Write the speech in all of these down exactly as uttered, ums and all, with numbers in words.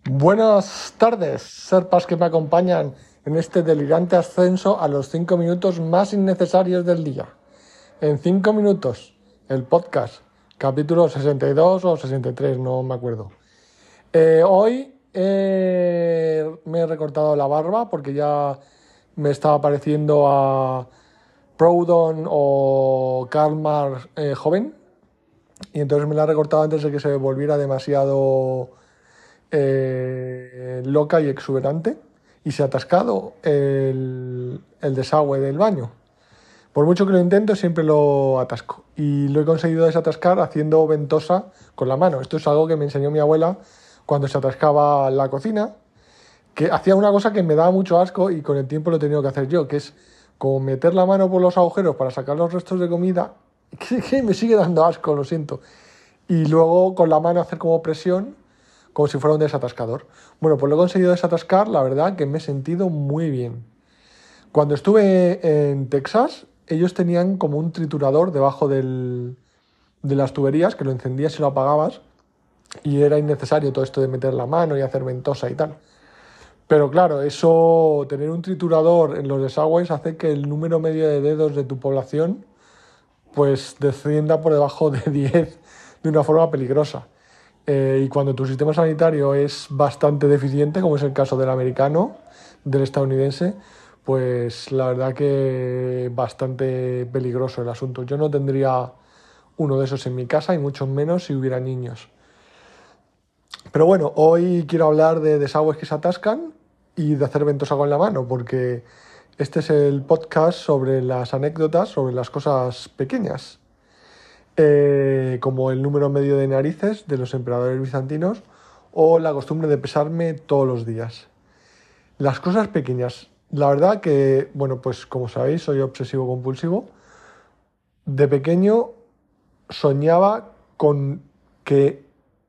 Buenas tardes, serpas que me acompañan en este delirante ascenso a los cinco minutos más innecesarios del día. En cinco minutos, el podcast, capítulo sesenta y dos o sesenta y tres, no me acuerdo. Eh, hoy eh, me he recortado la barba porque ya me estaba pareciendo a Proudhon o Karl Marx eh, joven, y entonces me la he recortado antes de que se volviera demasiado eh, loca y exuberante, y se ha atascado el, el desagüe del baño. Por mucho que lo intento, siempre lo atasco. Y lo he conseguido desatascar haciendo ventosa con la mano. Esto es algo que me enseñó mi abuela cuando se atascaba la cocina, que hacía una cosa que me daba mucho asco y con el tiempo lo he tenido que hacer yo, que es como meter la mano por los agujeros para sacar los restos de comida, que, que me sigue dando asco, lo siento. Y luego con la mano hacer como presión, como si fuera un desatascador. Bueno, pues lo he conseguido desatascar, la verdad que me he sentido muy bien. Cuando estuve en Texas, ellos tenían como un triturador debajo del, de las tuberías, que lo encendías y lo apagabas, y era innecesario todo esto de meter la mano y hacer ventosa y tal. Pero claro, eso, tener un triturador en los desagües hace que el número medio de dedos de tu población pues descienda por debajo de diez de una forma peligrosa. Eh, y cuando tu sistema sanitario es bastante deficiente, como es el caso del americano, del estadounidense, pues la verdad que bastante peligroso el asunto. Yo no tendría uno de esos en mi casa y mucho menos si hubiera niños. Pero bueno, hoy quiero hablar de desagües que se atascan y de hacer ventosa con la mano, porque este es el podcast sobre las anécdotas, sobre las cosas pequeñas. Eh, como el número medio de narices de los emperadores bizantinos o la costumbre de pesarme todos los días. Las cosas pequeñas. La verdad que, bueno, pues como sabéis, soy obsesivo compulsivo. De pequeño soñaba con que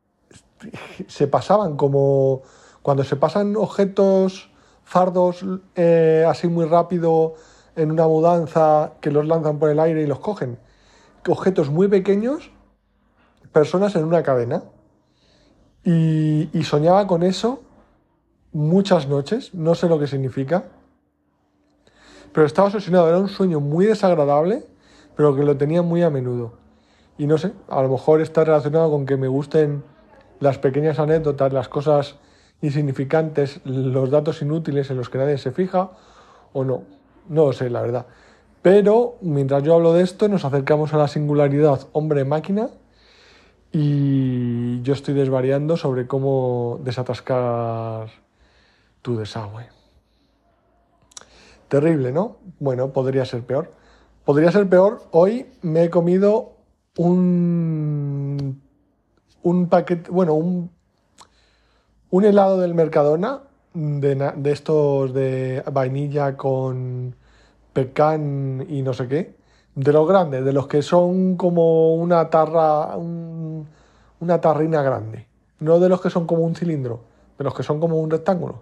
se pasaban como cuando se pasan objetos fardos eh, así muy rápido en una mudanza, que los lanzan por el aire y los cogen. Objetos muy pequeños, personas en una cadena. Y, y soñaba con eso muchas noches, no sé lo que significa, pero estaba obsesionado, era un sueño muy desagradable, pero que lo tenía muy a menudo. Y no sé, a lo mejor está relacionado con que me gusten las pequeñas anécdotas, las cosas insignificantes, los datos inútiles en los que nadie se fija, o no, no lo sé, la verdad. Pero mientras yo hablo de esto, nos acercamos a la singularidad hombre-máquina, y yo estoy desvariando sobre cómo desatascar tu desagüe. Terrible, ¿no? Bueno, podría ser peor. Podría ser peor. Hoy me he comido un, un paquete, bueno, un, un helado del Mercadona, de, de estos de vainilla con pecan y no sé qué, de los grandes, de los que son como una tarra, un, una tarrina grande, no de los que son como un cilindro, de los que son como un rectángulo.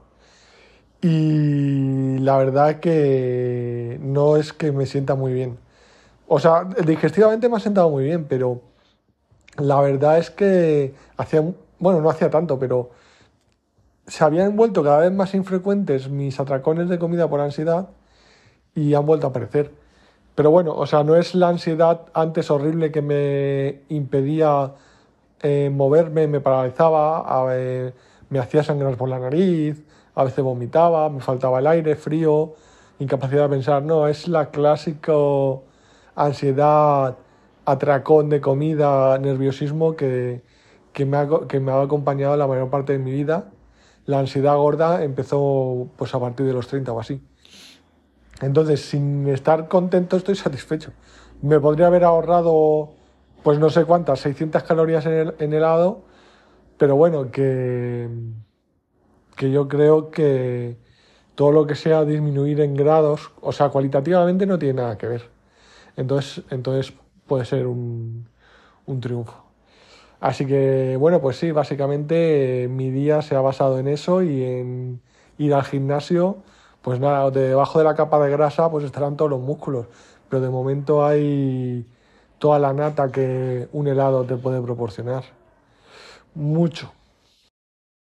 Y la verdad que no es que me sienta muy bien. O sea, digestivamente me ha sentado muy bien, pero la verdad es que hacía, bueno, no hacía tanto, pero se habían vuelto cada vez más infrecuentes mis atracones de comida por ansiedad y han vuelto a aparecer. Pero bueno, o sea, no es la ansiedad antes horrible que me impedía eh, moverme, me paralizaba, eh, me hacía sangrar por la nariz, a veces vomitaba, me faltaba el aire, frío, incapacidad de pensar. No, es la clásica ansiedad, atracón de comida, nerviosismo que, que, me ha, que me ha acompañado la mayor parte de mi vida. La ansiedad gorda empezó pues a partir de los treinta o así. Entonces, sin estar contento, estoy satisfecho. Me podría haber ahorrado, pues no sé cuántas, seiscientas calorías en el en helado, pero bueno, que, que yo creo que todo lo que sea disminuir en grados, o sea, cualitativamente no tiene nada que ver. Entonces, entonces puede ser un, un triunfo. Así que, bueno, pues sí, básicamente eh, mi día se ha basado en eso y en ir al gimnasio. Pues nada, debajo de la capa de grasa pues estarán todos los músculos, pero de momento hay toda la nata que un helado te puede proporcionar. Mucho.